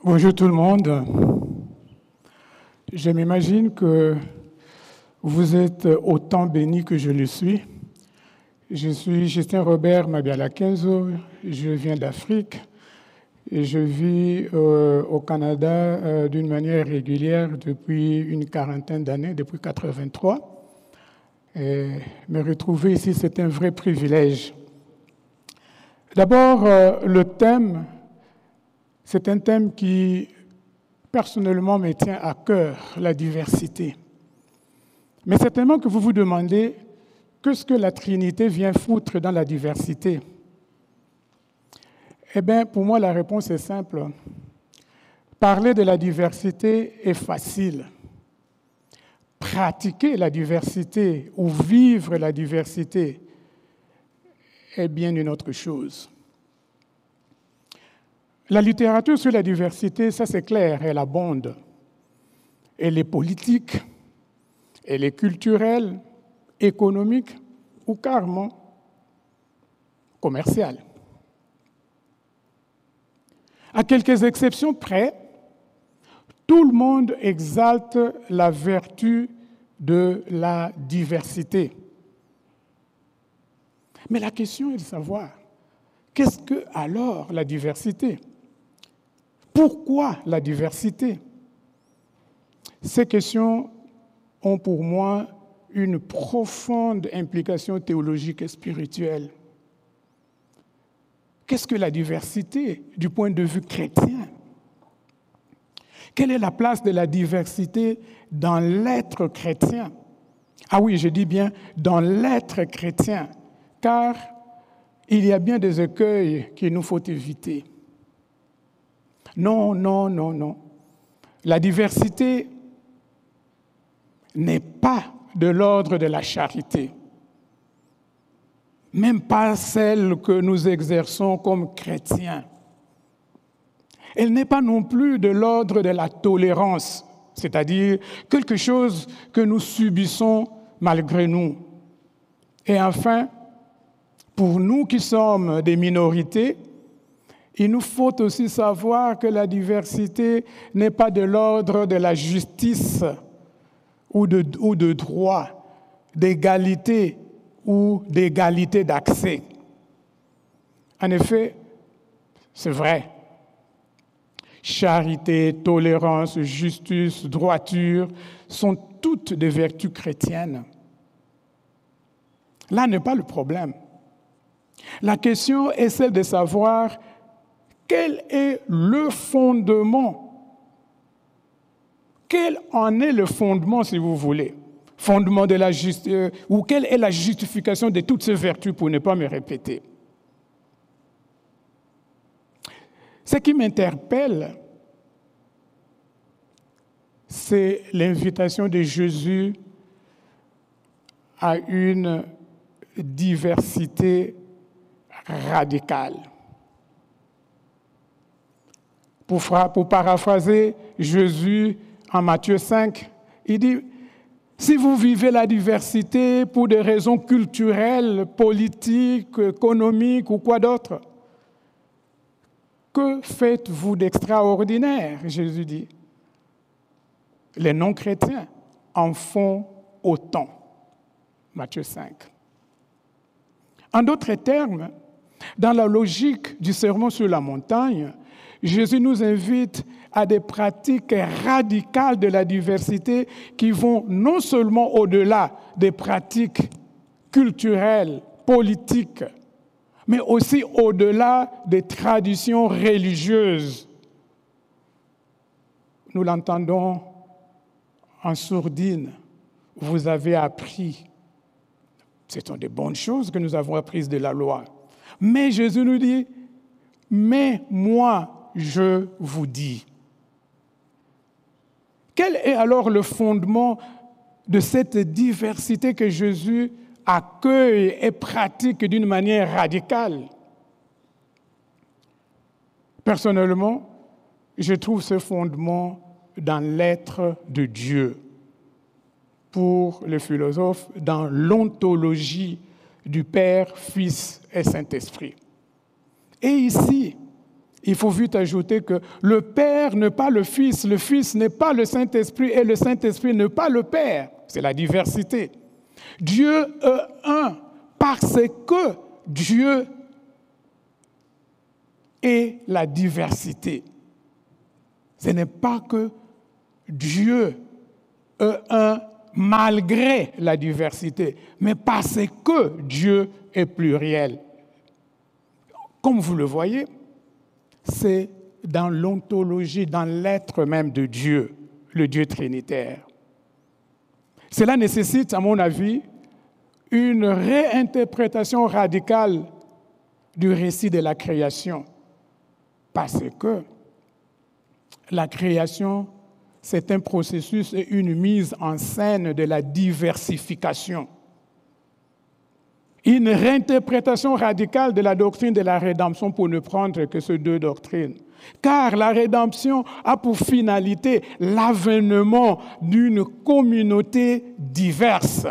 Bonjour tout le monde. Je m'imagine que vous êtes autant bénis que je le suis. Je suis Justin Robert Mabiala-Kenzo, je viens d'Afrique et je vis au Canada d'une manière régulière depuis une quarantaine d'années, depuis 1983. Et me retrouver ici, c'est un vrai privilège. D'abord, le thème, c'est un thème qui, personnellement, me tient à cœur, la diversité. Mais certainement que vous vous demandez, qu'est-ce que la Trinité vient foutre dans la diversité? Eh bien, pour moi, la réponse est simple. Parler de la diversité est facile. Pratiquer la diversité ou vivre la diversité est bien une autre chose. La littérature sur la diversité, ça c'est clair, elle abonde. Elle est politique, elle est culturelle, économique ou carrément commerciale. À quelques exceptions près, tout le monde exalte la vertu de la diversité. Mais la question est de savoir, qu'est-ce que alors la diversité? Pourquoi la diversité? Ces questions ont pour moi une profonde implication théologique et spirituelle. Qu'est-ce que la diversité du point de vue chrétien? Quelle est la place de la diversité dans l'être chrétien? Ah oui, je dis bien dans l'être chrétien, car il y a bien des écueils qu'il nous faut éviter. Non. La diversité n'est pas de l'ordre de la charité, même pas celle que nous exerçons comme chrétiens. Elle n'est pas non plus de l'ordre de la tolérance, c'est-à-dire quelque chose que nous subissons malgré nous. Et enfin, pour nous qui sommes des minorités, il nous faut aussi savoir que la diversité n'est pas de l'ordre de la justice ou de droit, d'égalité ou d'égalité d'accès. En effet, c'est vrai. Charité, tolérance, justice, droiture sont toutes des vertus chrétiennes. Là n'est pas le problème. La question est celle de savoir quel est le fondement. Quel en est le fondement, si vous voulez? Fondement de la justice, ou quelle est la justification de toutes ces vertus, pour ne pas me répéter? Ce qui m'interpelle, c'est l'invitation de Jésus à une diversité radicale. Pour paraphraser Jésus en Matthieu 5, il dit, si vous vivez la diversité pour des raisons culturelles, politiques, économiques ou quoi d'autre, que faites-vous d'extraordinaire, Jésus dit. Les non-chrétiens en font autant. Matthieu 5. En d'autres termes, dans la logique du sermon sur la montagne, Jésus nous invite à des pratiques radicales de la diversité qui vont non seulement au-delà des pratiques culturelles, politiques, mais aussi au-delà des traditions religieuses. Nous l'entendons en sourdine. Vous avez appris. Ce sont des bonnes choses que nous avons apprises de la loi. Mais Jésus nous dit, mais moi, je vous dis. Quel est alors le fondement de cette diversité que Jésus accueille et pratique d'une manière radicale? Personnellement, je trouve ce fondement dans l'être de Dieu. Pour les philosophes, dans l'ontologie du Père, Fils et Saint-Esprit. Et ici, il faut vite ajouter que le Père n'est pas le Fils n'est pas le Saint-Esprit et le Saint-Esprit n'est pas le Père. C'est la diversité. Dieu est un parce que Dieu est la diversité. Ce n'est pas que Dieu est un malgré la diversité, mais parce que Dieu est pluriel. Comme vous le voyez, c'est dans l'ontologie, dans l'être même de Dieu, le Dieu trinitaire. Cela nécessite, à mon avis, une réinterprétation radicale du récit de la création, parce que la création, c'est un processus et une mise en scène de la diversification. Une réinterprétation radicale de la doctrine de la rédemption pour ne prendre que ces deux doctrines. Car la rédemption a pour finalité l'avènement d'une communauté diverse.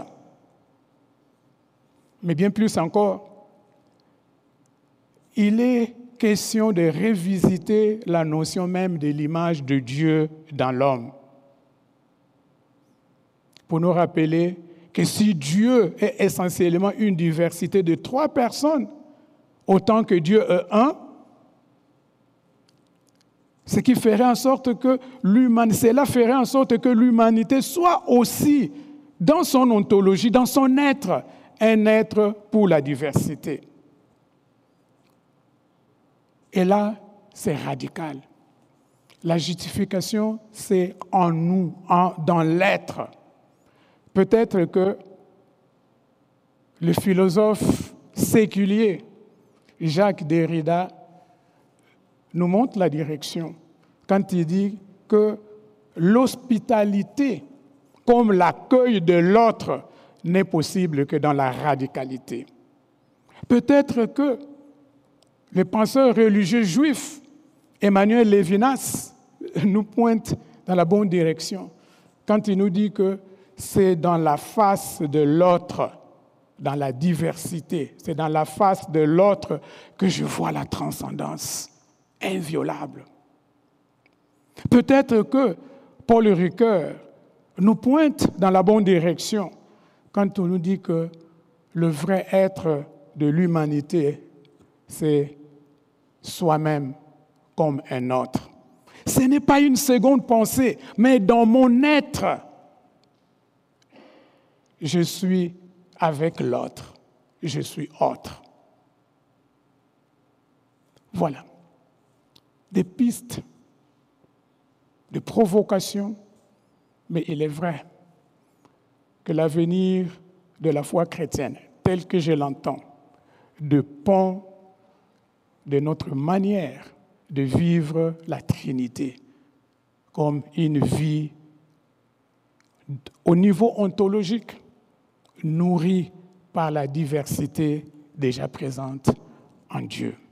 Mais bien plus encore, il est question de revisiter la notion même de l'image de Dieu dans l'homme. Pour nous rappeler que si Dieu est essentiellement une diversité de 3 personnes, autant que Dieu est un, cela ferait en sorte que l'humanité soit aussi, dans son ontologie, dans son être, un être pour la diversité. Et là, c'est radical. La justification, c'est en nous, dans l'être. Peut-être que le philosophe séculier Jacques Derrida nous montre la direction quand il dit que l'hospitalité, comme l'accueil de l'autre, n'est possible que dans la radicalité. Peut-être que le penseur religieux juif Emmanuel Lévinas nous pointe dans la bonne direction quand il nous dit que c'est dans la face de l'autre, dans la diversité, c'est dans la face de l'autre que je vois la transcendance inviolable. Peut-être que Paul Ricoeur nous pointe dans la bonne direction quand on nous dit que le vrai être de l'humanité, c'est soi-même comme un autre. Ce n'est pas une seconde pensée, mais dans mon être, je suis avec l'autre, je suis autre. Voilà, des pistes de provocation, mais il est vrai que l'avenir de la foi chrétienne, tel que je l'entends, dépend de notre manière de vivre la Trinité comme une vie au niveau ontologique, nourrie par la diversité déjà présente en Dieu.